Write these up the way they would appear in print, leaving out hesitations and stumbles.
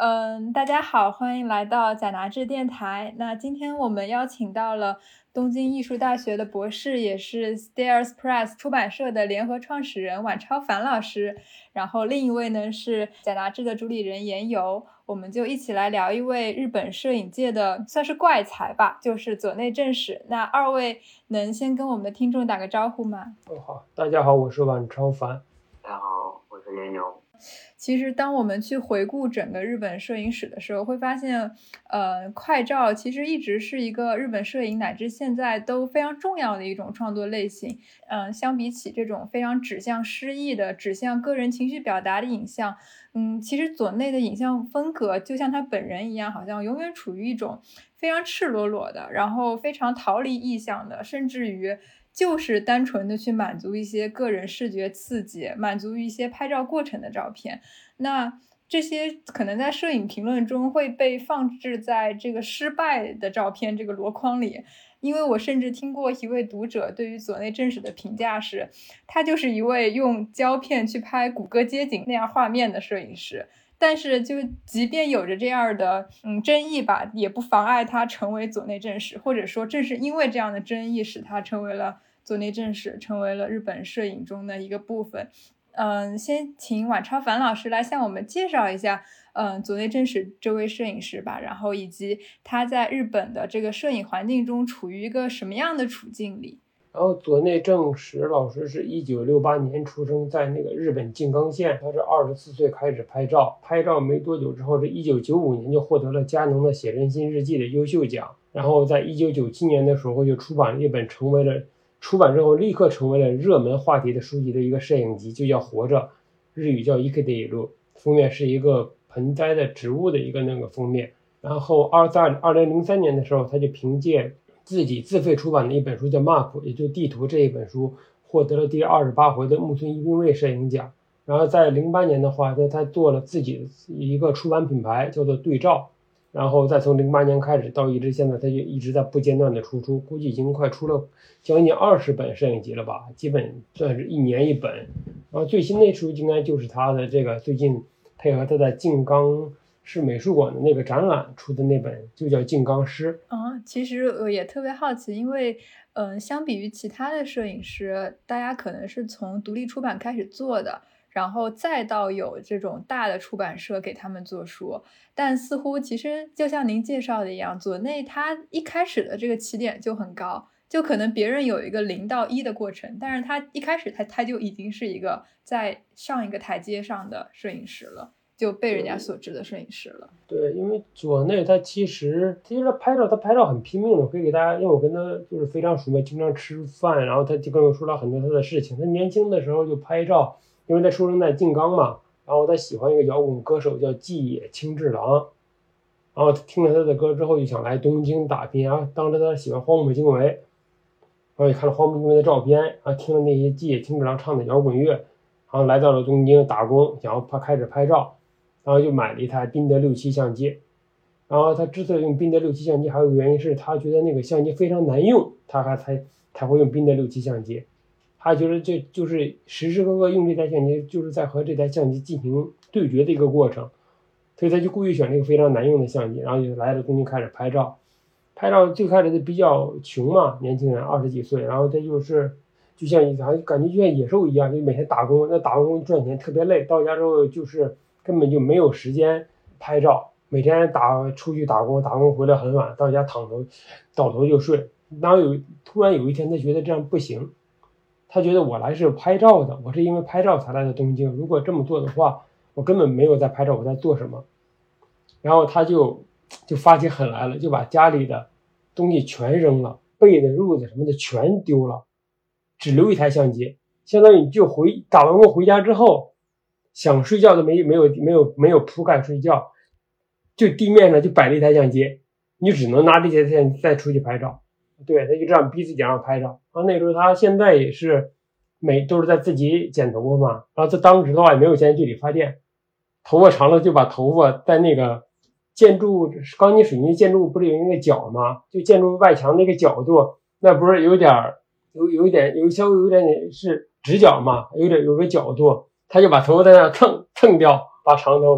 大家好，欢迎来到贾拿志电台。那今天我们邀请到了东京艺术大学的博士，也是 Stairs Press 出版社的联合创始人晚超凡老师，然后另一位呢是贾拿志的主理人岩游。我们就一起来聊一位日本摄影界的算是怪才吧，就是佐内正史。那二位能先跟我们的听众打个招呼吗？ 好，大家好，我是晚超凡。 大家好，我是岩游。 其实当我们去回顾整个日本摄影史的时候，会发现快照其实一直是一个日本摄影乃至现在都非常重要的一种创作类型。相比起这种非常指向诗意的、指向个人情绪表达的影像，其实佐内的影像风格就像他本人一样，好像永远处于一种非常赤裸裸的，然后非常逃离意象的，甚至于就是单纯的去满足一些个人视觉刺激，满足一些拍照过程的照片。那这些可能在摄影评论中会被放置在这个失败的照片这个箩筐里，因为我甚至听过一位读者对于佐内正史的评价是，他就是一位用胶片去拍谷歌街景那样画面的摄影师。但是就即便有着这样的争议吧，也不妨碍他成为佐内正史，或者说正是因为这样的争议使他成为了佐内正史，成为了日本摄影中的一个部分。先请晚超凡老师来向我们介绍一下佐内正史这位摄影师吧，然后以及他在日本的这个摄影环境中处于一个什么样的处境里。 然后佐内正史老师是1968年出生在那个日本静冈县，他是24岁开始拍照，拍照没多久之后，这1995年就获得了佳能的写真新日记的优秀奖，然后在1997年的时候就出版了一本出版之后立刻成为了热门话题的书籍的一个摄影集，就叫活着，日语叫伊克德伊路，封面是一个盆栽的植物的一个那个封面。然后2003年的时候，他就凭借自己自费出版的一本书叫 Map， 也就是地图这一本书，获得了第28回的木村一兵卫摄影奖。然后在08年的话，他做了自己一个出版品牌叫做对照，然后再从08年开始到一直现在，他就一直在不间断的出，估计已经快出了将近20本摄影集了吧，基本算是1年1本。然后最新的书应该就是他的这个最近配合他在静冈市美术馆的那个展览出的那本，就叫静冈诗。 其实我也特别好奇，因为相比于其他的摄影师，大家可能是从独立出版开始做的，然后再到有这种大的出版社给他们做书，但似乎其实就像您介绍的一样，佐内他一开始的这个起点就很高，就可能别人有一个0到1的过程，但是他一开始他就已经是一个在上一个台阶上的摄影师了，就被人家所知的摄影师了。 对，因为佐内他其实他拍照很拼命的，可以给大家，因为我跟他就是非常熟悉，经常吃饭，然后他就跟我说了很多他的事情。他年轻的时候就拍照，因为他出生在静冈嘛，然后他喜欢一个摇滚歌手叫纪野清治郎，然后听了他的歌之后就想来东京打拼，然后当时他喜欢荒木经惟，然后也看了荒木经惟的照片，然后听了那些纪野清治郎唱的摇滚乐，然后来到了东京打工，想要开始拍照，然后就买了一台宾得67相机。然后他之所以用宾得67相机，还有一个原因是他觉得那个相机非常难用，他才会用宾得67相机。他觉得这就是时时刻刻用这台相机，就是在和这台相机进行对决的一个过程，所以他就故意选了一个非常难用的相机，然后就来了东京开始拍照。拍照最开始他比较穷嘛，年轻人20几岁，然后他就像感觉就像野兽一样，就每天打工，那打完工赚钱特别累，到家之后就是根本就没有时间拍照，每天出去打工回来很晚，到家倒头就睡。然后突然有一天他觉得这样不行，他觉得我来是拍照的，我是因为拍照才来的东京，如果这么做的话，我根本没有在拍照，我在做什么。然后他就发起狠来了，就把家里的东西全扔了，被子褥子什么的全丢了，只留一台相机，相当于就打完工回家之后，想睡觉都没有铺盖睡觉，就地面上就摆了一台相机，你只能拿这些相机再出去拍照。对，他就这样逼自己让拍照。然后那时候他现在也是都是在自己剪头发嘛，然后他当时的话也没有钱去理发店，头发长了就把头发在那个钢筋水泥建筑不是有那个角吗？就建筑外墙那个角度，那不是有稍微有点是直角嘛，有个角度，他就把头发在那蹭掉，把长头发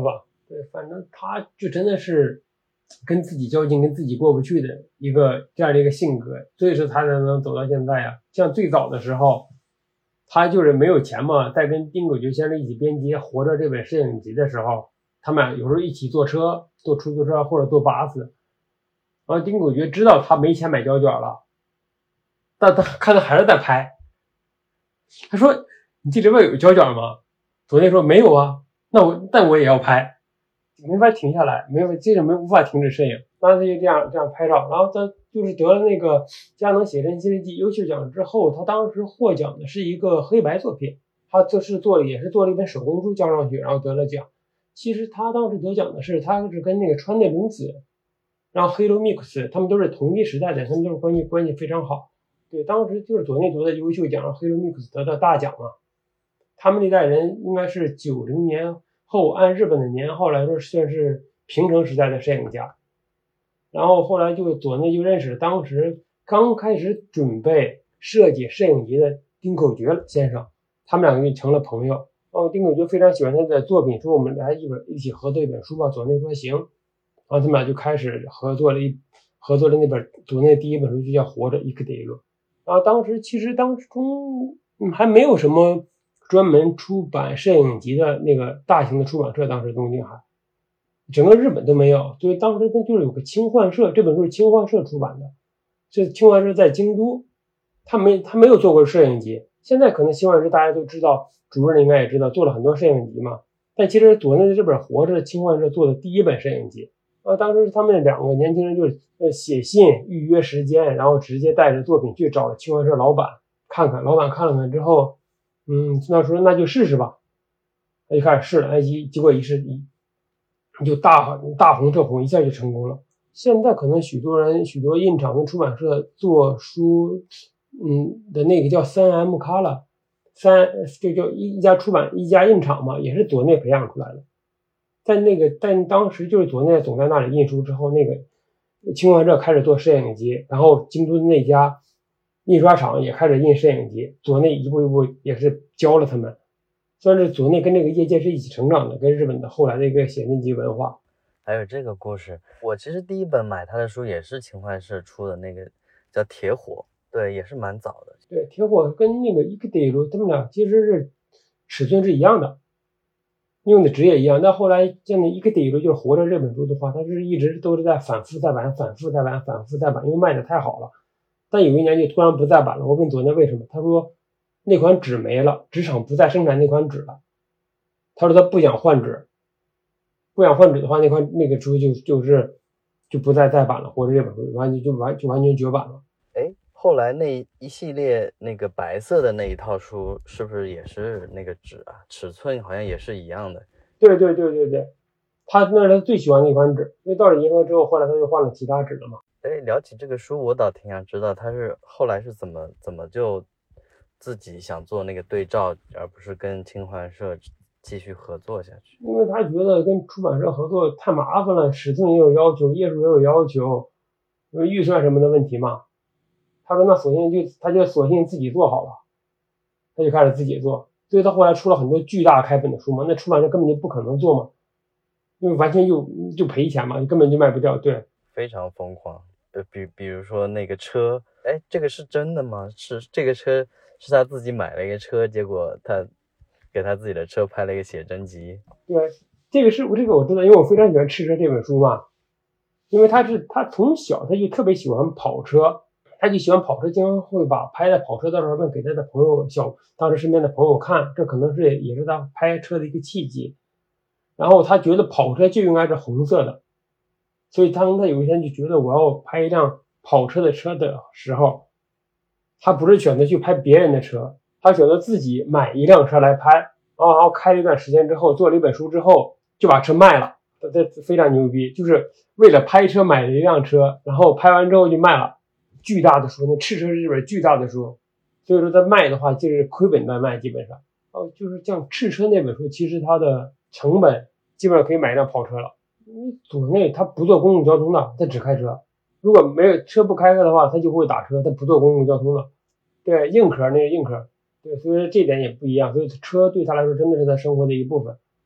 对，反正他就真的是跟自己较劲，跟自己过不去的这样的一个性格，所以说他才能走到现在啊。像最早的时候，他就是没有钱嘛，在跟丁狗菊先生一起编辑《活着》这本摄影集的时候，他们俩有时候一起坐车，坐出租车或者坐巴士。然后丁狗菊知道他没钱买胶卷了，但他看他还是在拍。他说：“你这里边有胶卷吗？”昨天说没有啊，但我也要拍，没法停下来，无法停止摄影。当时他就这样拍照，然后他就是得了那个佳能写真新世纪优秀奖之后，他当时获奖的是一个黑白作品，他也是做了一本手工书交上去，然后得了奖。其实他当时得奖的是，他是跟那个川内伦子，然后黑罗 mix 他们都是同一时代的，他们都是关系非常好。对，当时就是佐内得的优秀奖，然后黑罗 mix 得的大奖嘛。他们那代人应该是90年后按日本的年号来说算是平成时代的摄影家。然后后来佐内就认识了当时刚开始准备设计摄影集的丁口诀先生，他们两个就成了朋友。然后丁口诀非常喜欢他的作品，说我们来一起合作一本书吧。佐内说行，然后他们俩就开始合作了那本佐内第一本书，就叫《活着》一个得论。然后当时中还没有什么专门出版摄影集的那个大型的出版社，当时东京还整个日本都没有，所以当时就是有个清幻社，这本书是清幻社出版的，是清幻社在京都，他没有做过摄影集。现在可能清幻社大家都知道，主任应该也知道，做了很多摄影集嘛。但其实佐内的这本《活着》清幻社做的第一本摄影集当时他们两个年轻人就是写信预约时间，然后直接带着作品去找了清幻社老板看看，老板看了看之后那说那就试试吧，他就开始试了，结果一试就大红特红，一下就成功了。现在可能许多印厂跟出版社做书的那个叫 3M 卡了就叫一家印厂嘛，也是佐内培养出来的。但当时就是佐内总在那里印书之后，那个清幻社开始做摄影集，然后京都的那家印刷厂也开始印摄影集，佐内一步一步也是教了他们，算是佐内跟这个业界是一起成长的，跟日本的后来的一个写真集文化。 还有这个故事，我其实第一本买他的书也是清幻社出的，那个叫《铁火》，对，也是蛮早的。 对，铁火跟那个伊克德鲁他们俩其实是尺寸是一样的，用的纸也一样。但后来像那伊克德鲁就是《活着》这本书的话，它是一直都是在反复再版，因为卖的太好了。但有一年就突然不再版了，我问佐内为什么，他说那款纸没了，纸厂不再生产那款纸了。他说他不想换纸，的话，那个书就不再版了，或者这本书完全绝版了。 后来那一系列那个白色的那一套书是不是也是那个纸啊？尺寸好像也是一样的。 对，他那是他最喜欢那款纸，因为到了银河之后，后来他就换了其他纸了嘛。 聊起这个书，我倒挺想知道他是后来是怎么就自己想做那个对照，而不是跟清幻社继续合作下去。 因为他觉得跟出版社合作太麻烦了，尺寸也有要求，页数也有要求，因为预算什么的问题嘛。他说那他就索性自己做好了，他就开始自己做，所以他后来出了很多巨大开本的书嘛，那出版社根本就不可能做嘛，因为完全就赔钱嘛，根本就卖不掉。对， 非常疯狂。比如说那个车，这个是真的吗？是这个车是他自己买了一个车，结果他给他自己的车拍了一个写真集。 对，这个我知道，因为我非常喜欢《赤车》这本书嘛，因为他从小他就特别喜欢跑车，他就喜欢跑车，经常会把拍的跑车的照片给他的朋友当时身边的朋友看，这可能也是他拍车的一个契机。然后他觉得跑车就应该是红色的，所以当他有一天就觉得我要拍一辆跑车的车的时候，他不是选择去拍别人的车，他选择自己买一辆车来拍，然后开了一段时间之后，做了一本书之后就把车卖了。这非常牛逼，就是为了拍车买了一辆车，然后拍完之后就卖了，巨大的书，那赤车是一本巨大的书，所以说他卖的话就是亏本在卖，基本上就是像赤车那本书，其实它的成本基本上可以买一辆跑车了。佐内他不坐公共交通的，他只开车，如果没有车不开的话，他就会打车，他不坐公共交通了。对，硬壳，对，所以说这点也不一样，所以车对他来说真的是他生活的一部分。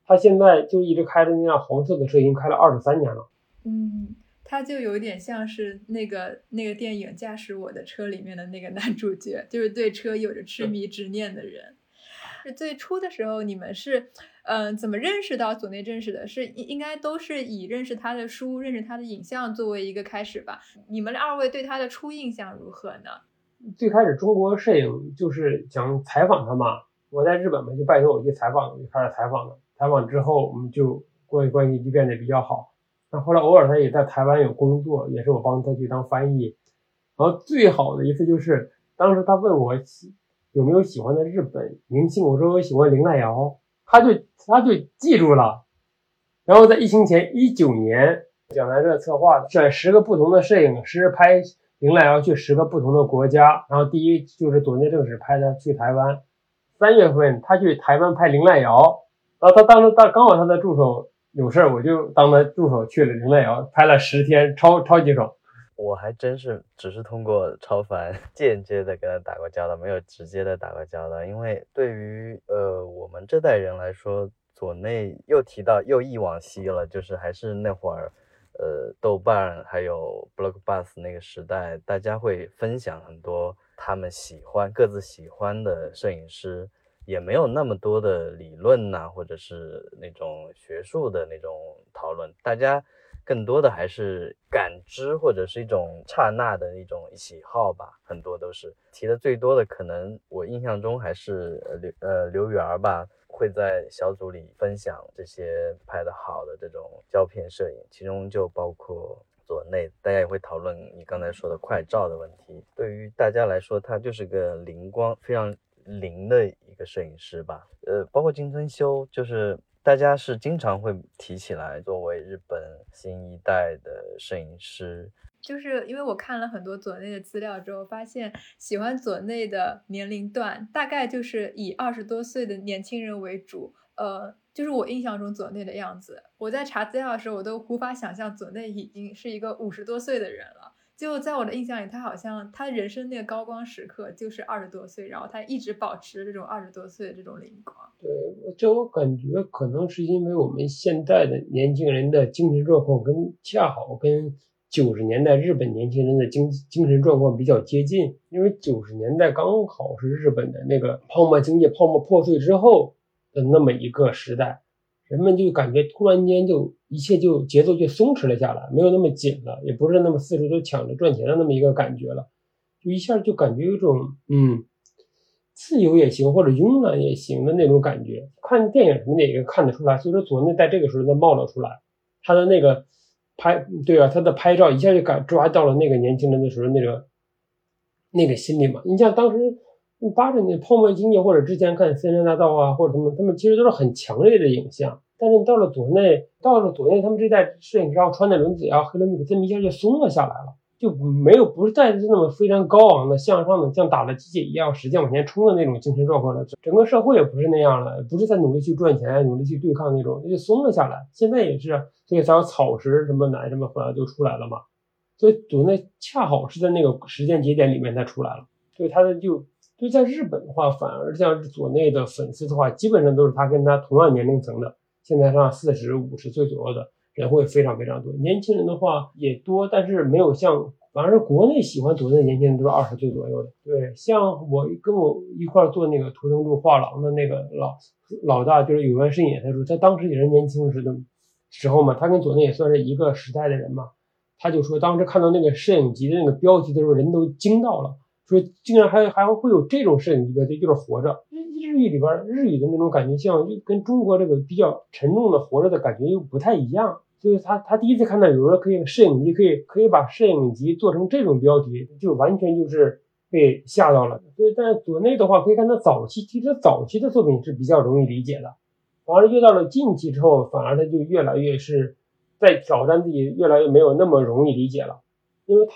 他现在就一直开着那辆红色的车，已经开了23年了。 他就有点像是那个电影《驾驶我的车》里面的那个男主角，就是对车有着痴迷执念的人。最初的时候，你们是怎么认识到佐内正史的？是应该都是以认识他的书、认识他的影像作为一个开始吧？你们二位对他的初印象如何呢？ 最开始中国摄影就是想采访他嘛，我在日本嘛，就拜托我去采访，我就开始采访了。采访之后，我们就关系就变得比较好。那后来偶尔他也在台湾有工作，也是我帮他去当翻译。然后最好的一次就是当时他问我有没有喜欢的日本明星，我说我喜欢林濑遥，他就记住了。然后在疫情前19年，讲台社策划的选10个不同的摄影师拍林濑遥去10个不同的国家，然后第一就是佐内正史拍他去台湾，3月份他去台湾拍林濑遥，然后他当时刚好他的助手有事，我就当他助手去了林濑遥，拍了10天，超级爽。 我还真是只是通过超凡间接的跟他打过交道，没有直接的打过交道。因为对于我们这代人来说，佐内又提到又忆往昔了，就是还是那会儿豆瓣还有 Blockbuster 那个时代，大家会分享很多他们各自喜欢的摄影师，也没有那么多的理论呐，或者是那种学术的那种讨论，大家更多的还是感知或者是一种刹那的一种喜好吧，很多都是提的最多的，可能我印象中还是刘源吧，会在小组里分享这些拍得好的这种胶片摄影，其中就包括佐内，大家也会讨论你刚才说的快照的问题。对于大家来说，他就是个非常灵的一个摄影师吧。包括金村修，就是大家是经常会提起来作为日本新一代的摄影师。 就是因为我看了很多佐内的资料之后，发现喜欢佐内的年龄段大概就是以20多岁的年轻人为主。就是我印象中佐内的样子，我在查资料的时候，我都无法想象佐内已经是一个50多岁的人了。就在我的印象里，他好像他人生那个高光时刻就是20多岁，然后他一直保持这种20多岁的这种灵光。 对，我感觉可能是因为我们现在的年轻人的精神状况恰好跟90年代日本年轻人的精神状况比较接近。因为90年代刚好是日本的那个经济泡沫破碎之后的那么一个时代，人们就感觉突然间一切节奏就松弛了下来，没有那么紧了，也不是那么四处都抢着赚钱的那么一个感觉了，就一下就感觉有种自由也行或者慵懒也行的那种感觉。看电影什么的也看得出来，所以说佐内在这个时候就冒了出来，他的那个他的拍照一下就抓到了那个年轻人的时候那个心理嘛。你像当时80年泡沫经济或者之前看森山大道啊，或者他们其实都是很强烈的影像，但是到了佐内他们这代摄影师川内伦子啊黑轮米这么一下就松了下来了，就不是再是那么非常高昂的向上的像打了鸡血一样使劲往前冲的那种精神状况了，整个社会也不是那样了，不是在努力去赚钱努力去对抗那种，就松了下来。现在也是，所以才有草食什么奶什么后来就出来了嘛，所以佐内恰好是在那个时间节点里面才出来了。所以他的就在日本的话，反而像佐内的粉丝的话，基本上都是他跟他同样年龄层的，现在上40、50岁左右的人会非常非常多。年轻人的话也多，但是没有反而是国内喜欢佐内的年轻人都是20岁左右的。对，像跟我一块做那个图腾柱画廊的那个老大，就是有关摄影，他说他当时也是年轻时候嘛，他跟佐内也算是一个时代的人嘛。他就说当时看到那个摄影集的那个标题的时候，人都惊到了。说竟然还会有这种摄影机，这就是活着。日语里边日语的那种感觉像就跟中国这个比较沉重的活着的感觉又不太一样。所以他第一次看到有人摄影机可以把摄影集做成这种标题，就完全就是被吓到了。所以但是佐内的话可以看他其实早期的作品是比较容易理解的，反而越到了近期之后，反而他就越来越是在挑战自己，越来越没有那么容易理解了。因为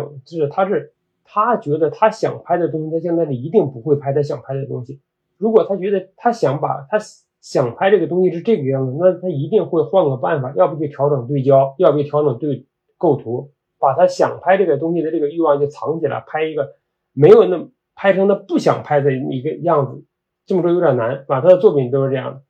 他觉得他想拍的东西，他现在是一定不会拍他想拍的东西。如果他觉得他想拍这个东西是这个样子，那他一定会换个办法，要不就调整对焦，要不就调整对构图，把他想拍这个东西的这个欲望就藏起来，拍成他不想拍的一个样子。这么说有点难，他的作品都是这样的。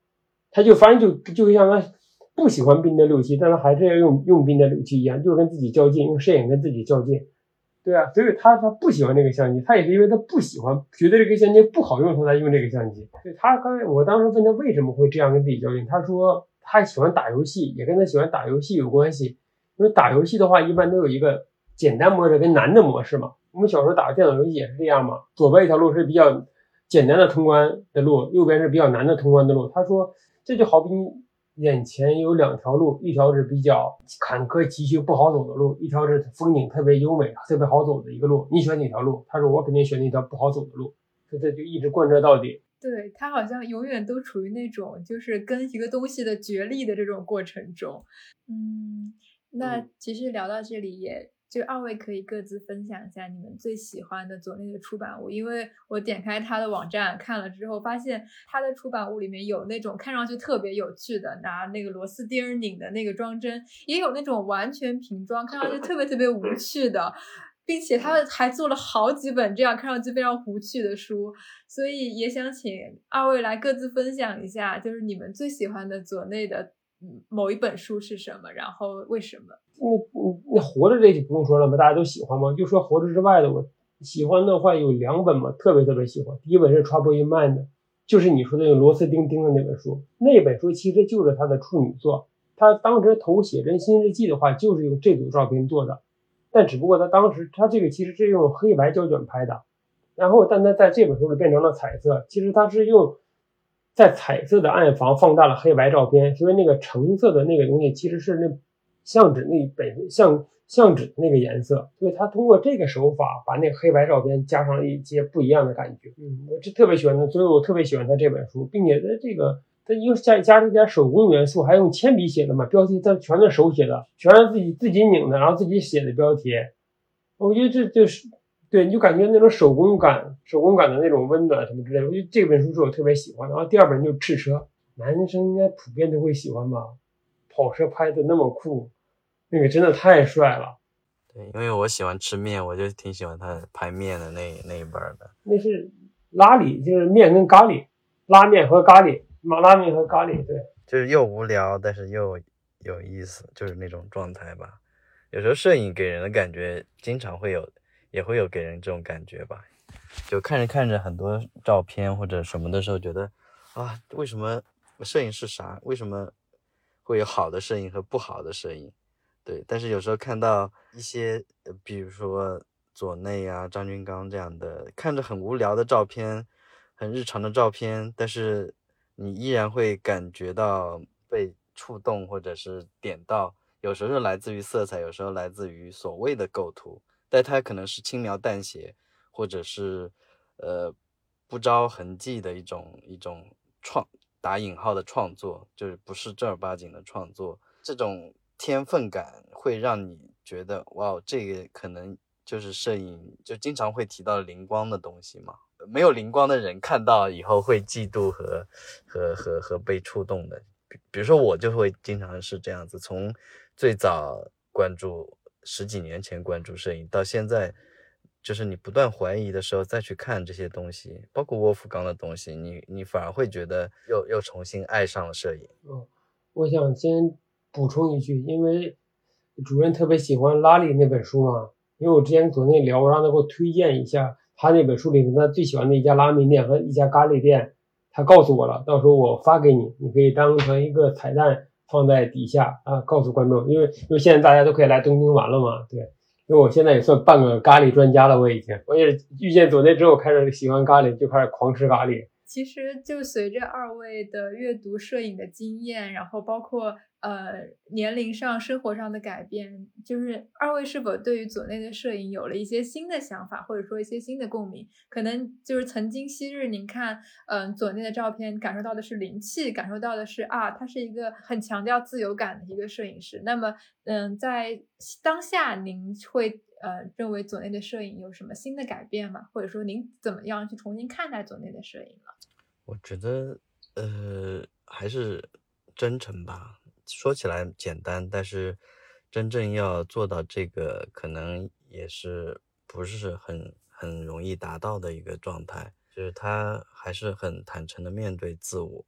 他就反正就像他不喜欢宾的6-7，但他还是要用宾的6-7一样，就是跟自己较劲，用摄影跟自己较劲。对啊，所以他不喜欢这个相机，他也是因为他不喜欢，觉得这个相机不好用，他才用这个相机。对，我当时问他为什么会这样跟自己较劲，他说他喜欢打游戏，也跟他喜欢打游戏有关系。因为打游戏的话，一般都有一个简单模式跟难的模式嘛。我们小时候打电脑游戏也是这样嘛，左边一条路是比较简单的通关的路，右边是比较难的通关的路。他说这就好比你眼前有2条路，一条是比较坎坷崎岖不好走的路，一条是风景特别优美特别好走的一个路，你选哪条路？他说我肯定选那条不好走的路，这就一直贯彻到底。 对，他好像永远都处于那种就是跟一个东西的角力的这种过程中。那其实聊到这里也就2位可以各自分享一下你们最喜欢的左内的出版物，因为我点开他的网站看了之后，发现他的出版物里面有那种看上去特别有趣的，拿那个螺丝钉拧的那个装帧，也有那种完全平装，看上去特别特别无趣的，并且他还做了好几本这样看上去非常无趣的书，所以也想请2位来各自分享一下，就是你们最喜欢的左内的某一本书是什么，然后为什么？ 那活着这就不用说了嘛，大家都喜欢嘛。就说活着之外的，我喜欢的话有2本嘛，特别特别喜欢。第一本是 Trouble in Mind， 就是你说的那个螺丝钉钉的那本书。那本书其实就是他的处女作，他当时投写真新日记的话，就是用这组照片做的。但只不过他当时他这个其实是用黑白胶卷拍的，然后但他在这本书里变成了彩色，其实他是用在彩色的暗房放大了黑白照片，所以那个橙色的那个东西其实是那相纸那本相纸那个颜色，所以他通过这个手法把那个黑白照片加上了一些不一样的感觉。我是特别喜欢的，所以我特别喜欢他这本书，并且在这个他又加了一点手工元素，还用铅笔写的嘛，标题他全是手写的，全是自己拧的，然后自己写的标题。我觉得这就是对，你就感觉那种手工感的那种温暖什么之类的。我觉得这本书是我特别喜欢的。然后第2本就是赤车，男生应该普遍都会喜欢吧，跑车拍的那么酷，那个真的太帅了。 对，因为我喜欢吃面，我就挺喜欢他拍面的那一本的。 那是拉里，就是面跟咖喱，拉面和咖喱，拉面和咖喱，对， 就是又无聊但是又有意思，就是那种状态吧。有时候摄影给人的感觉经常也会有给人这种感觉吧，就看着很多照片或者什么的时候，觉得啊，为什么摄影是啥？为什么会有好的摄影和不好的摄影？对，但是有时候看到一些比如说左内啊、张军刚这样的看着很无聊的照片，很日常的照片，但是你依然会感觉到被触动或者是点到，有时候是来自于色彩，有时候来自于所谓的构图，但它可能是轻描淡写，或者是不着痕迹的一种打引号的创作，就是不是正儿八经的创作。这种天分感会让你觉得哇，这个可能就是摄影就经常会提到灵光的东西嘛。没有灵光的人看到以后会嫉妒和被触动的。比如说我就会经常是这样子，从最早关注10几年前关注摄影到现在，就是你不断怀疑的时候再去看这些东西，包括沃夫冈的东西，你反而会觉得又重新爱上了摄影。 我想先补充一句，因为主任特别喜欢拉里那本书嘛，因为我之前昨天聊，我让他给我推荐一下他那本书里面他最喜欢的一家拉面店和一家咖喱店，他告诉我了，到时候我发给你，你可以当成一个彩蛋放在底下啊，告诉观众，因为现在大家都可以来东京玩了嘛，对，因为我现在也算半个咖喱专家了，我也是遇见左内之后开始喜欢咖喱，就开始狂吃咖喱。 其实就随着2位的阅读摄影的经验，然后包括年龄上、生活上的改变，就是2位是否对于左内的摄影有了一些新的想法，或者说一些新的共鸣？可能就是曾经昔日您看左内的照片，感受到的是灵气，感受到的是他是一个很强调自由感的一个摄影师。那么在当下您会认为左内的摄影有什么新的改变吗？或者说您怎么样去重新看待左内的摄影了？ 我觉得还是真诚吧，说起来简单，但是真正要做到这个可能也是不是很容易达到的一个状态，就是他还是很坦诚的面对自我，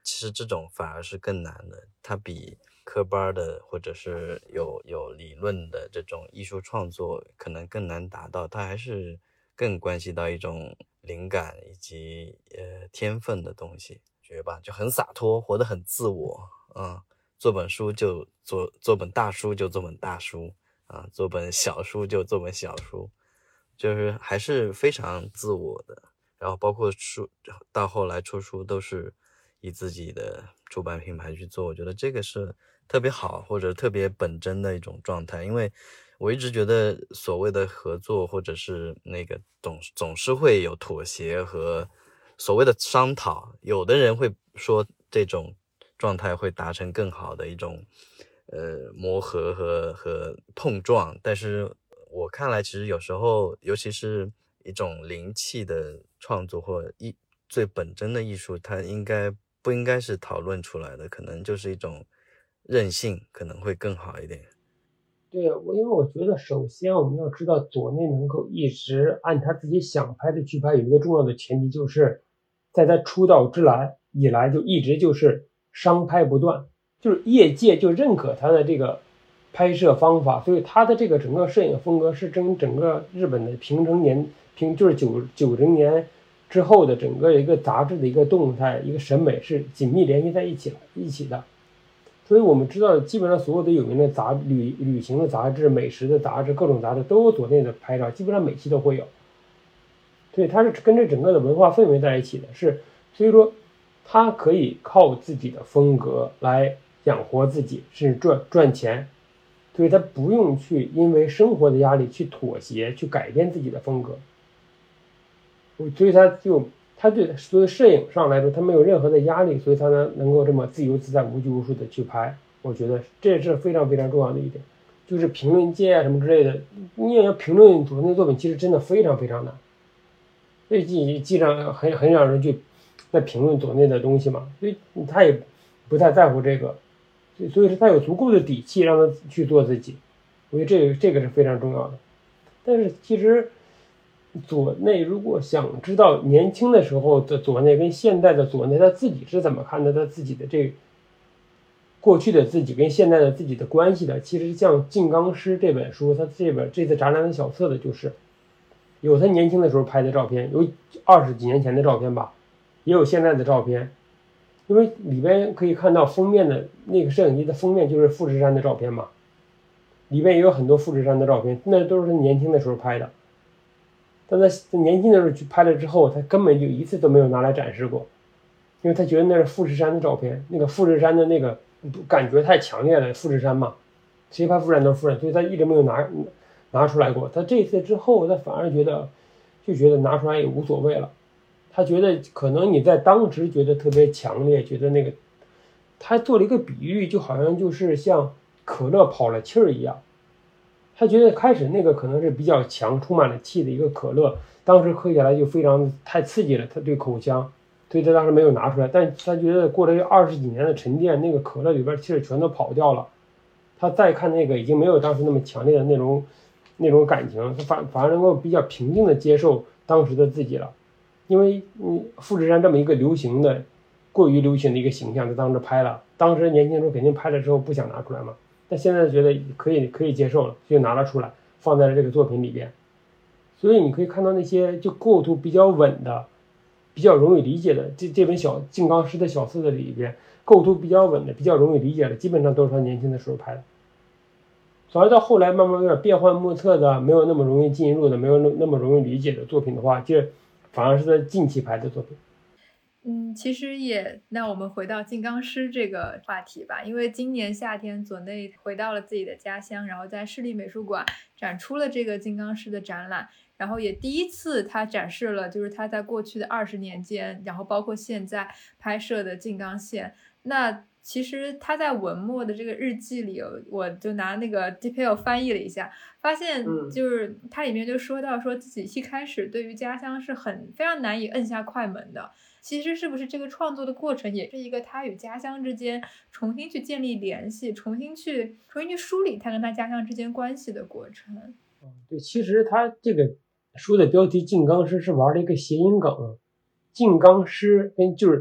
其实这种反而是更难的，它比科班的或者是有理论的这种艺术创作可能更难达到，它还是更关系到一种灵感以及天分的东西，觉得吧，就很洒脱，活得很自我做本书就做本大书就做本大书做本小书就做本小书，就是还是非常自我的。然后包括书到后来出书都是以自己的出版品牌去做，我觉得这个是特别好或者特别本真的一种状态。因为我一直觉得所谓的合作或者是那个总是会有妥协和所谓的商讨，有的人会说这种状态会达成更好的一种磨合和碰撞，但是我看来其实有时候尤其是一种灵气的创作或最本真的艺术，它不应该是讨论出来的，可能就是一种任性可能会更好一点。 对，因为我觉得首先我们要知道左内能够一直按他自己想拍的去拍，有一个重要的前提，就是在他出道以来就一直就是商拍不断，就是业界就认可他的这个拍摄方法，所以他的这个整个摄影风格是跟整个日本的就是90年之后的整个一个杂志的一个动态一个审美是紧密联系在一起的。所以我们知道基本上所有的有名的旅行的杂志、美食的杂志、各种杂志都有左内的拍照，基本上每期都会有。所以它是跟这整个的文化氛围在一起的，所以说他可以靠自己的风格来养活自己，甚至赚钱。所以他不用去因为生活的压力去妥协，去改变自己的风格。所以他对所有摄影上来说，他没有任何的压力，所以他能够这么自由自在、无拘无束的去拍。我觉得这是非常非常重要的一点。就是评论界啊什么之类的，你也要评论左内作品，其实真的非常非常难。所以基本上很少人去在评论左内的东西嘛，所以他也不太在乎这个，所以说他有足够的底气让他去做自己。我觉得这个是非常重要的。但是其实左内如果想知道年轻的时候的左内跟现在的左内他自己是怎么看的，他自己的过去的自己跟现在的自己的关系的，其实像《静冈诗》这本书，他这次展览的小册子就是有他年轻的时候拍的照片，有20几年前的照片吧，也有现在的照片。因为里边可以看到封面的那个摄影机的封面就是富士山的照片嘛，里边也有很多富士山的照片，那都是他年轻的时候拍的。但他年轻的时候去拍了之后，他根本就一次都没有拿来展示过，因为他觉得那是富士山的照片，那个富士山的那个感觉太强烈了，富士山嘛，谁拍富士山都是富士山，所以他一直没有拿出来过。他这次之后，他反而觉得拿出来也无所谓了。他觉得可能你在当时觉得特别强烈，觉得那个他做了一个比喻，就好像就是像可乐跑了气儿一样。他觉得开始那个可能是比较强、充满了气的一个可乐，当时喝起来就非常太刺激了，他对口腔，所以他当时没有拿出来。但他觉得过了20几年的沉淀，那个可乐里边气儿全都跑掉了。他再看那个已经没有当时那么强烈的那种感情，他反而能够比较平静的接受当时的自己了。因为富士山这么一个过于流行的一个形象，他当时拍了，当时年轻时候肯定拍了之后不想拿出来嘛。但现在觉得可以接受了，就拿了出来，放在了这个作品里边。所以你可以看到那些就构图比较稳的、比较容易理解的，这本静冈诗的小册子里边，构图比较稳的、比较容易理解的，基本上都是他年轻的时候拍的。反而到后来慢慢有点变幻莫测的，没有那么容易进入的，没有那么容易理解的作品的话，这反而是他近期拍的作品。 其实那我们回到静冈诗这个话题吧，因为今年夏天左内回到了自己的家乡，然后在市立美术馆展出了这个静冈诗的展览，然后也第一次他展示了就是他在过去的20年间，然后包括现在拍摄的静冈县。那其实他在文末的这个日记里，我就拿那个 DeepL 翻译了一下，发现就是它里面就说到说自己一开始对于家乡是非常难以摁下快门的。其实是不是这个创作的过程也是一个他与家乡之间重新去建立联系，重新去梳理他跟他家乡之间关系的过程？ 对，其实他这个书的标题静冈诗是玩了一个谐音梗，静冈诗就是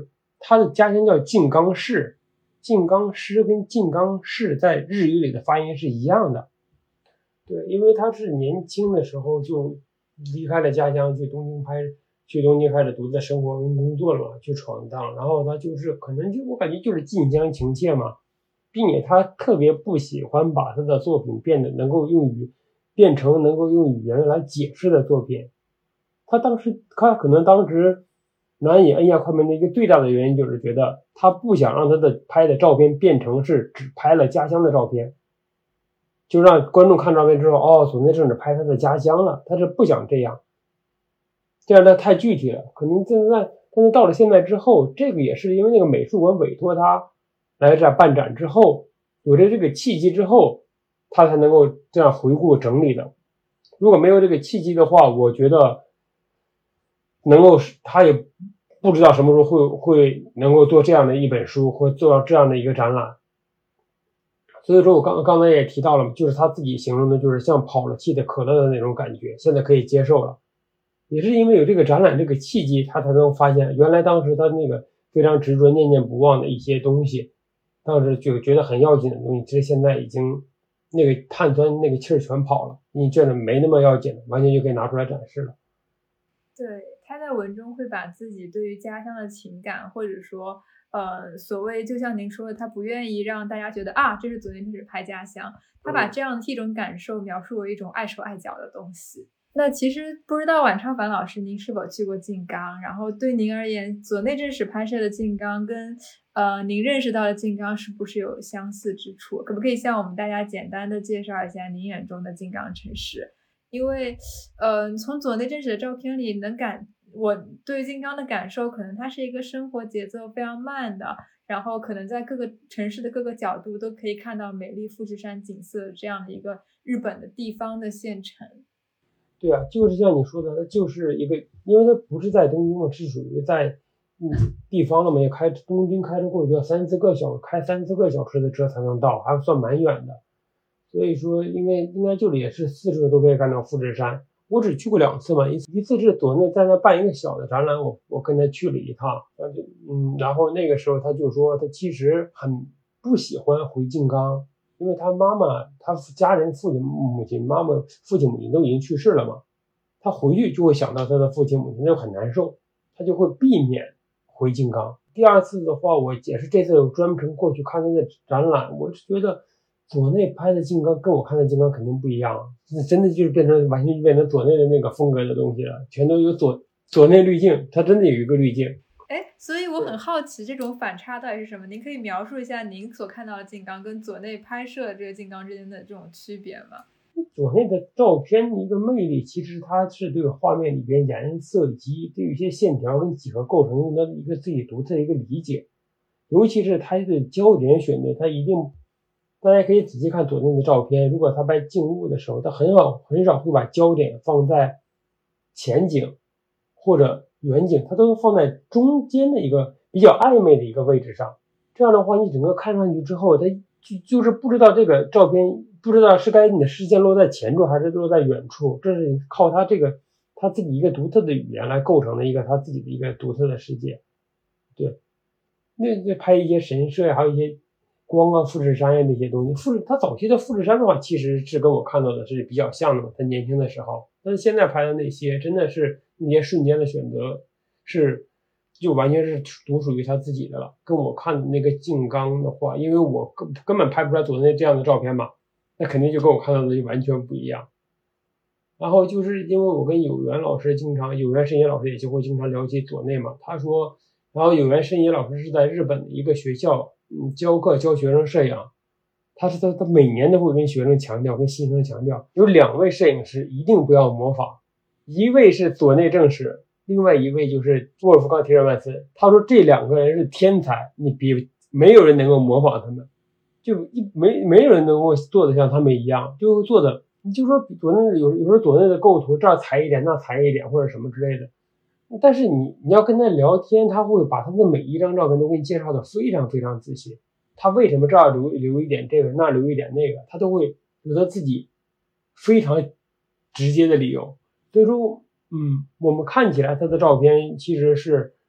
他的家乡叫静冈市，静冈市跟静冈市在日语里的发音是一样的。对，因为他是年轻的时候就离开了家乡，去东京开始独自生活跟工作了嘛，去闯荡。然后他就是可能我感觉就是近乡情怯嘛，并且他特别不喜欢把他的作品变成能够用语言来解释的作品。他可能当时难以摁下快门的一个最大的原因就是觉得他不想让他的拍的照片变成是只拍了家乡的照片，就让观众看照片之后，佐内正是拍他的家乡了，他是不想这样他太具体了。可能但是到了现在之后，这个也是因为那个美术馆委托他来这办展之后，有了这个契机之后，他才能够这样回顾整理的。如果没有这个契机的话，我觉得他也不知道什么时候会能够做这样的一本书，或做这样的一个展览。所以说我刚才也提到了，就是他自己形容的就是像跑了气的可乐的那种感觉，现在可以接受了。也是因为有这个展览这个契机，他才能发现原来当时他那个非常执着念念不忘的一些东西，当时就觉得很要紧的东西，其实现在已经那个碳酸那个气儿全跑了，你觉得没那么要紧了，完全就可以拿出来展示了。 对，他在文中会把自己对于家乡的情感，或者说所谓就像您说的，他不愿意让大家觉得这是佐内正史拍家乡，他把这样的一种感受描述为一种爱手爱脚的东西。那其实不知道晚超凡老师您是否去过静冈，然后对您而言佐内正史拍摄的静冈跟您认识到的静冈是不是有相似之处？可不可以向我们大家简单的介绍一下您眼中的静冈城市？因为从佐内正史的照片里我对静冈的感受，可能它是一个生活节奏非常慢的，然后可能在各个城市的各个角度都可以看到美丽富士山景色这样的一个日本的地方的县城。 对啊，就是像你说的，它就是一个，因为它不是在东京嘛，是属于在地方了嘛，也东京开车过去要开3-4个小时的车才能到，还算蛮远的。所以说应该这里也是4处都可以看到富士山。我只去过2次嘛，一次是佐内在那办一个小的展览，我跟他去了一趟，然后那个时候他就说他其实很不喜欢回静冈，因为他妈妈他家人父亲母亲都已经去世了嘛，他回去就会想到他的父亲母亲，就很难受，他就会避免回静冈。第2次的话，我也是这次专门过去看他的展览，我是觉得佐内拍的静冈跟我看的静冈肯定不一样，真的就是完全变成佐内的那个风格的东西了，全都有佐内滤镜，它真的有一个滤镜。 所以我很好奇这种反差到底是什么？您可以描述一下您所看到的静冈跟佐内拍摄的这个静冈之间的这种区别吗？ 佐内的照片一个魅力，其实它是对画面里边颜色以及对一些线条跟几何构成的一个自己独特的一个理解，尤其是它的焦点选择，它一定大家可以仔细看佐内的照片，如果他拍静物的时候，他很少会把焦点放在前景或者远景，它都放在中间的一个比较暧昧的一个位置上。这样的话，你整个看上去之后，它就是不知道这个照片，不知道是该你的视线落在前处还是落在远处，这是靠他自己一个独特的语言来构成的一个他自己的一个独特的世界。对，那拍一些神社呀，还有一些光富士山呀这些东西，他早期的富士山的话，其实是跟我看到的是比较像的嘛，他年轻的时候。但是现在拍的那些，真的是那些瞬间的选择就完全是独属于他自己的了。跟我看的那个静冈的话，因为我根本拍不出来佐内这样的照片嘛，那肯定就跟我看到的就完全不一样。然后就是因为我跟有缘慎也老师也就会经常聊起佐内嘛，他说，然后有缘慎也老师是在日本的一个学校教学生摄影，他每年都会跟学生强调，跟新生强调，有2位摄影师一定不要模仿，一位是佐内正史，另外一位就是沃尔夫冈·提尔曼斯。他说这2个人是天才，没有人能够模仿他们，就没有人能够做得像他们一样，就会做的。你就说佐内有时候佐内的构图这儿裁一点那裁一点或者什么之类的，但是你要跟他聊天，他会把他的每一张照片都给你介绍的非常非常仔细，他为什么这儿留一点这个，那留一点那个，他都会有他自己非常直接的理由。所以说我们看起来他的照片其实是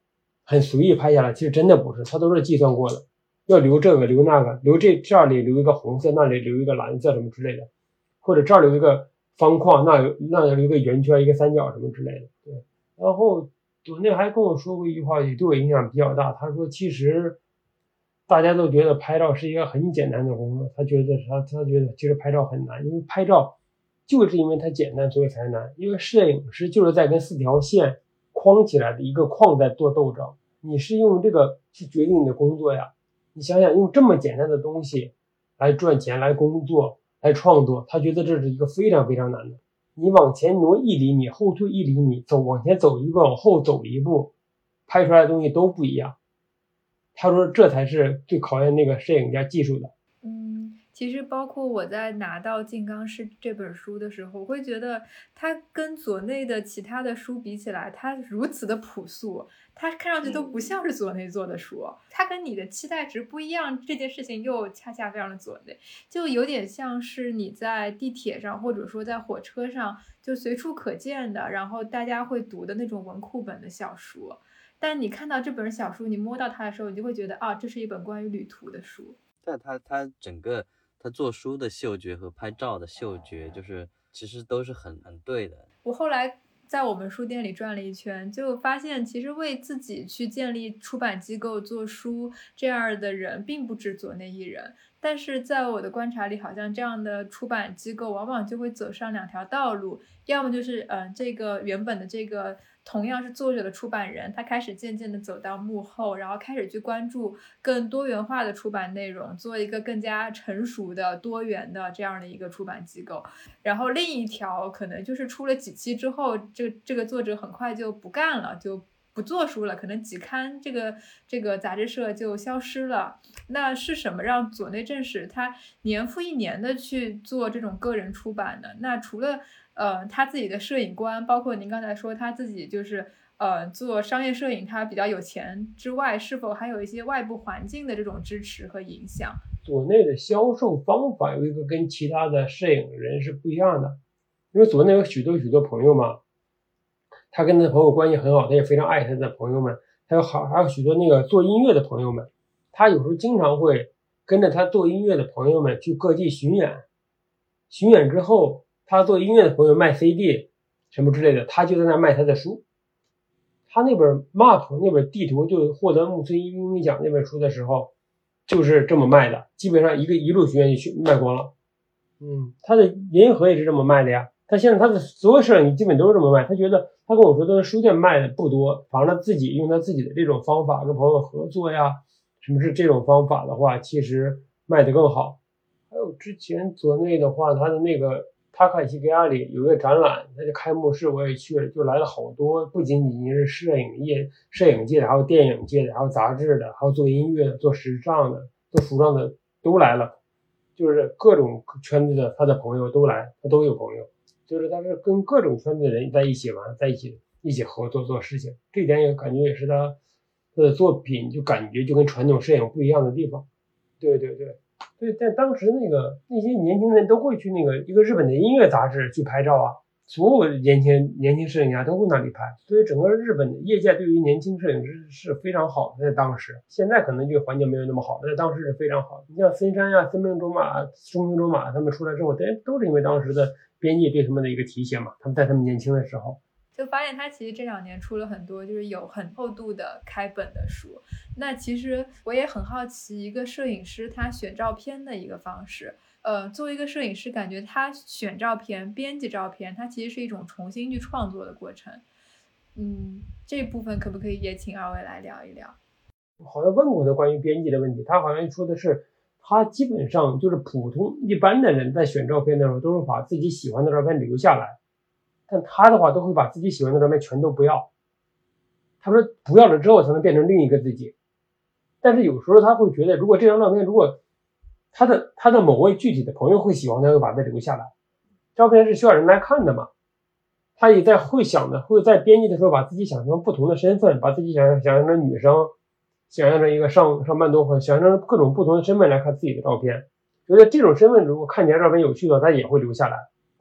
很随意拍下来，其实真的不是，它都是计算过的，要留这个留那个，留这里留一个红色，那里留一个蓝色什么之类的，或者这儿留一个方框，那留一个圆圈一个三角什么之类的。对，然后左内还跟我说过一句话，也对我影响比较大，他说其实大家都觉得拍照是一个很简单的工作，他觉得其实拍照很难，因为拍照就是因为它简单所以才难，因为摄影师就是在跟4条线框起来的一个框在做斗争，你是用这个去决定你的工作呀。你想想用这么简单的东西来赚钱来工作来创作，他觉得这是一个非常非常难的，你往前挪1厘米后退1厘米往前走一步往后走一步，拍出来的东西都不一样。他说这才是最考验那个摄影家技术的。 其实包括我在拿到《静冈市》这本书的时候，我会觉得它跟左内的其他的书比起来，它如此的朴素，它看上去都不像是左内做的书，它跟你的期待值不一样，这件事情又恰恰非常的左内，就有点像是你在地铁上或者说在火车上就随处可见的，然后大家会读的那种文库本的小说，但你看到这本小书，你摸到它的时候，你就会觉得啊，这是一本关于旅途的书。 但它整个他做书的嗅觉和拍照的嗅觉，就是其实都是很对的。 我后来在我们书店里转了一圈，就发现其实为自己去建立出版机构做书这样的人并不止左内一人，但是在我的观察里，好像这样的出版机构往往就会走上2条道路，要么就是这个原本的这个同样是作者的出版人，他开始渐渐的走到幕后，然后开始去关注更多元化的出版内容，做一个更加成熟的多元的这样的一个出版机构。然后另一条可能就是出了几期之后，这个作者很快就不干了，就不做书了，可能几刊这个杂志社就消失了。那是什么让左内正史他年复一年的去做这种个人出版呢？那除了他自己的摄影观，包括您刚才说他自己就是做商业摄影他比较有钱之外，是否还有一些外部环境的这种支持和影响？ 左内的销售方法有一个跟其他的摄影人是不一样的，因为左内有许多朋友嘛，他跟他的朋友关系很好，他也非常爱他的朋友们，还有许多那个做音乐的朋友们，他有时候经常会跟着他做音乐的朋友们去各地巡演之后，他做音乐的朋友卖 CD 什么之类的，他就在那卖他的书。他那本 map 那本地图就获得木村英语奖那本书的时候就是这么卖的，基本上一路巡演就卖光了。他的银河也是这么卖的呀，他现在他的所有摄影基本都是这么卖。他觉得他跟我说他的书店卖的不多，反正他自己用他自己的这种方法跟朋友合作呀，什么是这种方法的话其实卖得更好。还有之前左内的话，他的那个塔卡西格亚里有一个展览，那就开幕式我也去了，就来了好多，不仅仅是摄影界的，还有电影界的，还有杂志的，还有做音乐的，做时尚的，做服装的都来了，就是各种圈子的他的朋友都来，他都有朋友，就是他是跟各种圈子的人在一起玩，在一起合作做事情，这一点也感觉也是他的作品就感觉就跟传统摄影不一样的地方。对，但当时那些年轻人都会去那个一个日本的音乐杂志去拍照啊，所有年轻摄影家都会那里拍，所以整个日本的业界对于年轻摄影师是非常好的，在当时，现在可能这个环境没有那么好，在当时是非常好的。你像森山呀、森本卓马、中平卓马他们出来之后，都是因为当时的编辑对他们的一个提携嘛，他们在他们年轻的时候。 就发现他其实这2年出了很多就是有很厚度的开本的书。那其实我也很好奇一个摄影师他选照片的一个方式。作为一个摄影师，感觉他选照片、编辑照片，它其实是一种重新去创作的过程。这部分可不可以也请2位来聊一聊？ 好像问过他关于编辑的问题，他好像说的是他基本上就是普通一般的人在选照片的时候都是把自己喜欢的照片留下来，但他的话都会把自己喜欢的照片全都不要。他说不要了之后才能变成另一个自己。但是有时候他会觉得，如果这张照片如果他的某位具体的朋友会喜欢，他会把它留下来。照片是需要人来看的嘛，他也会在编辑的时候把自己想象成不同的身份，把自己想象成女生，想象成一个上班族，想象成各种不同的身份来看自己的照片，觉得这种身份如果看起来照片有趣的话，他也会留下来。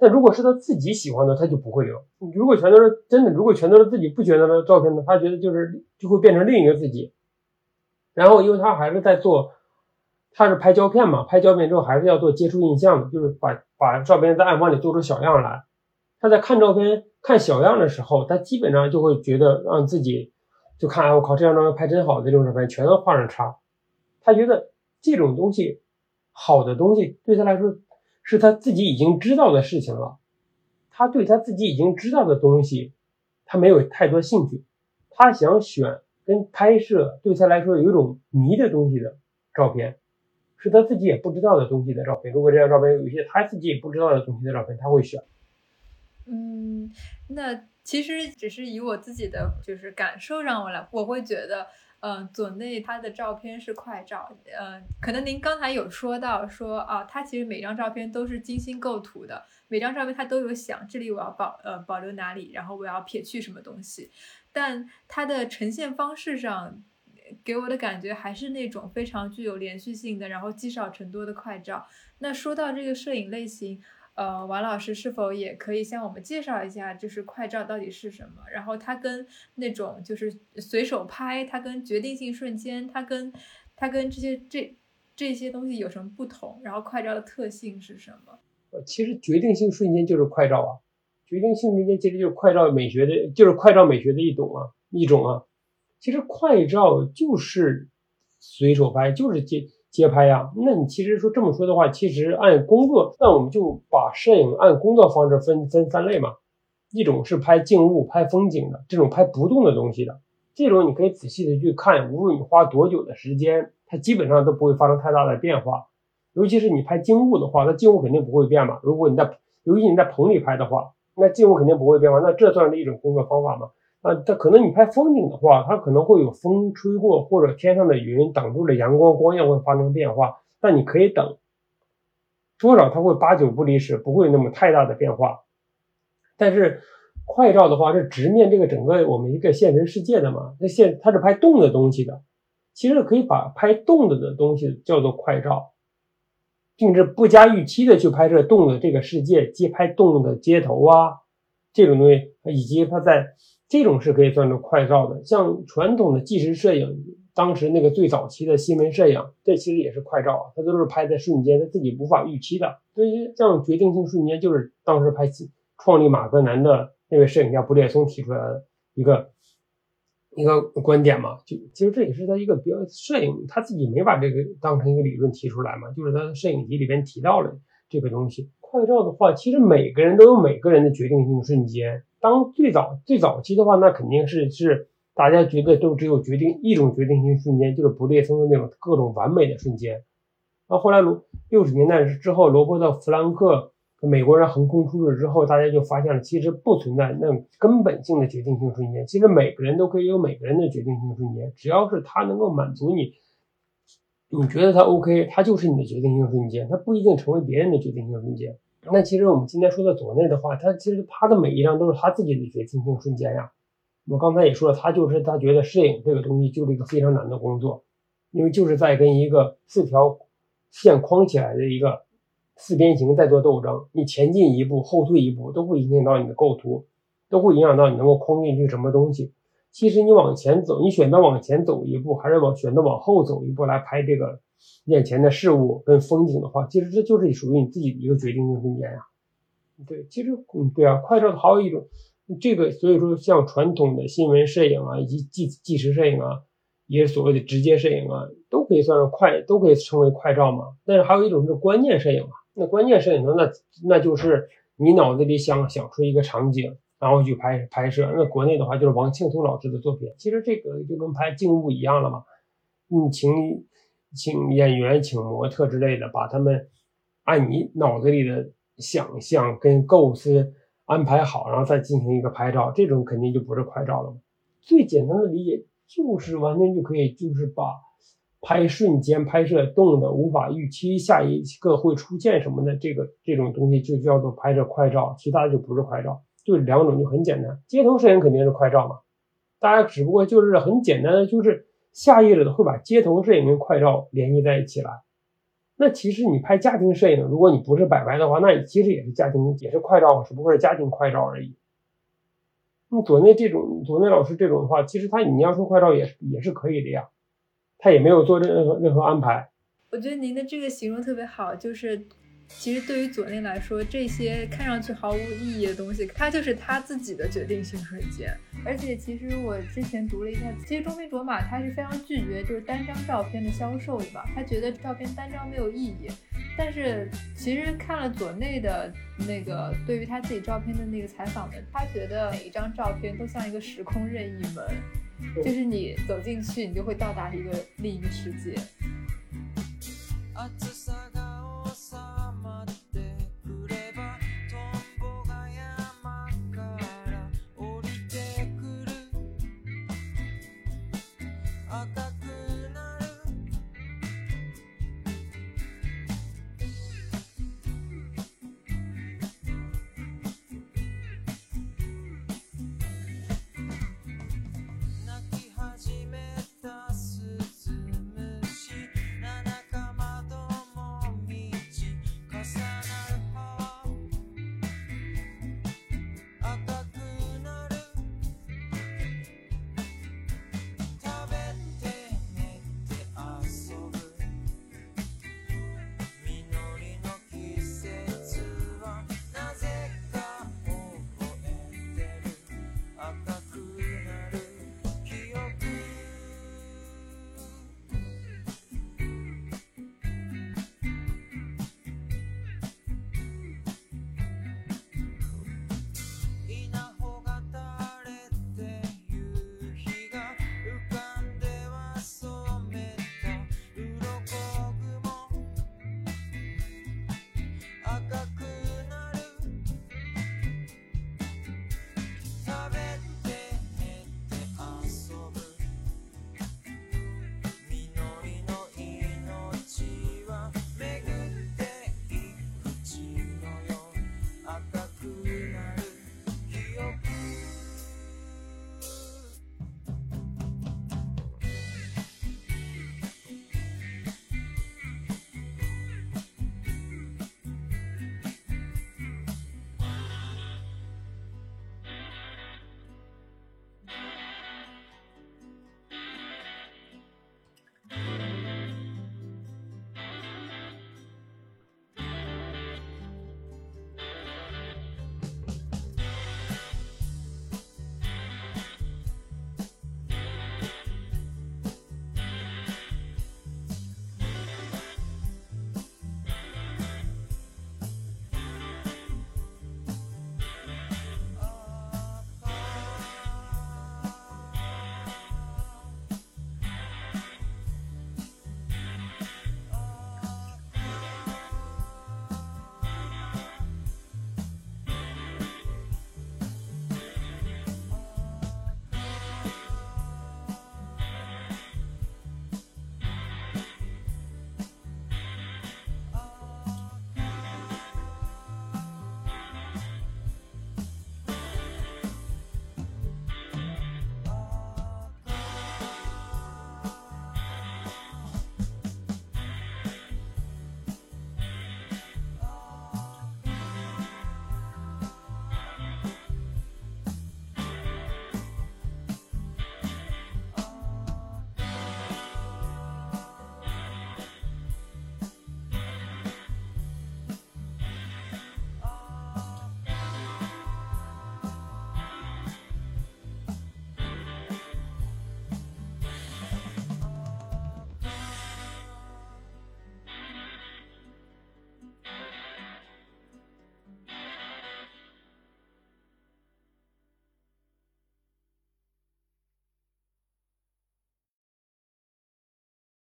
但如果是他自己喜欢的，他就不会留。如果全都是真的，如果全都是自己不觉得的照片呢，他觉得就会变成另一个自己。然后因为他还是在做，他是拍胶片嘛，拍胶片之后还是要做接触印象的，就是把照片在暗房里做出小样来。他在看照片看小样的时候，他基本上就会觉得让自己就看，哎，我靠，这张照片拍真好，这种照片全都画上叉。他觉得这种东西好的东西对他来说是他自己已经知道的事情了，他对他自己已经知道的东西他没有太多兴趣，他想选跟拍摄对他来说有一种迷的东西的照片，是他自己也不知道的东西的照片。如果这张照片有一些他自己也不知道的东西的照片，他会选。 那其实只是以我自己的就是感受让我会觉得左内他的照片是快照，可能您刚才有说到说啊，他其实每张照片都是精心构图的，每张照片他都有想这里我要保留哪里，然后我要撇去什么东西，但他的呈现方式上给我的感觉还是那种非常具有连续性的，然后积少成多的快照。那说到这个摄影类型，王老师是否也可以向我们介绍一下，就是快照到底是什么？然后它跟那种就是随手拍，它跟决定性瞬间，它跟这些东西有什么不同？然后快照的特性是什么？ 其实决定性瞬间就是快照啊，决定性瞬间其实就是快照美学的，就是快照美学的一种啊。其实快照就是随手拍，就是街拍呀。那你其实说这么说的话，其实按工作，那我们就把摄影按工作方式分三类嘛。一种是拍静物、拍风景的，这种拍不动的东西的，这种你可以仔细的去看，无论你花多久的时间，它基本上都不会发生太大的变化。尤其是你拍静物的话，那静物肯定不会变嘛。尤其你在棚里拍的话，那静物肯定不会变嘛。那这算是一种工作方法嘛。它可能你拍风景的话，它可能会有风吹过，或者天上的云挡住了阳光，光线会发生变化，但你可以等，多少它会8、9不离10，不会那么太大的变化。但是快照的话是直面这个整个我们一个现实世界的嘛，它是拍动的东西的，其实可以把拍动的东西叫做快照，并且不加预期的去拍摄动的这个世界，拍动的街头啊这种东西，以及它在这种是可以算作快照的。像传统的纪实摄影，当时那个最早期的新闻摄影，这其实也是快照啊，它都是拍在瞬间，它自己无法预期的。所以像决定性瞬间，就是当时拍创立马格南的那位摄影家布列松提出来的一个观点嘛。其实这也是他一个比较摄影，他自己没把这个当成一个理论提出来嘛，就是他摄影集里边提到了这个东西。快照的话，其实每个人都有每个人的决定性瞬间。当最早期的话，那肯定是大家觉得都只有一种决定性瞬间，就是布列松的那种各种完美的瞬间。然后后来60年代之后，罗伯特·弗兰克美国人横空出世之后，大家就发现了其实不存在那种根本性的决定性瞬间，其实每个人都可以有每个人的决定性瞬间，只要是他能够满足你觉得他 OK， 他就是你的决定性瞬间，他不一定成为别人的决定性瞬间。那其实我们今天说的左内的话，其实他的每一张都是他自己的决定性瞬间呀。我刚才也说了，他觉得摄影这个东西就是一个非常难的工作，因为就是在跟一个4条线框起来的一个4边形在做斗争，你前进一步后退一步都会影响到你的构图，都会影响到你能够框进去什么东西。其实你往前走，你选择往前走一步还是选择往后走一步来拍这个眼前的事物跟风景的话，其实这就是属于你自己的一个决定性瞬间呀。对，其实对啊，快照还有一种这个，所以说像传统的新闻摄影啊，以及纪实摄影啊，也是所谓的直接摄影啊，都可以算是都可以称为快照嘛。但是还有一种是观念摄影嘛，那观念摄影呢，那就是你脑子里想出一个场景，然后去拍摄。那国内的话就是王庆松老师的作品，其实这个就跟拍静物一样了嘛。请演员、请模特之类的，把他们按你脑子里的想象跟构思安排好，然后再进行一个拍照，这种肯定就不是快照了嘛。最简单的理解就是完全就可以，就是把拍瞬间拍摄动的无法预期下一个会出现什么的这种东西就叫做拍摄快照，其他的就不是快照，就2种就很简单。街头摄影肯定是快照嘛，大家只不过就是很简单的，就是下意识的会把街头摄影跟快照联系在一起来。 那其实你拍家庭摄影，如果你不是摆拍的话，那你其实也是家庭，也是快照，只不过是家庭快照而已。左内老师这种的话，其实你要说快照也是可以的呀，他也没有做任何安排。 我觉得您的这个形容特别好，就是其实对于左内来说，这些看上去毫无意义的东西，它就是他自己的决定性瞬间。而且其实我之前读了一下，其实中平卓玛他是非常拒绝就是单张照片的销售的吧，他觉得照片单张没有意义。但是其实看了左内的那个对于他自己照片的那个采访的，他觉得每一张照片都像一个时空任意门，就是你走进去，你就会到达一个另一个世界。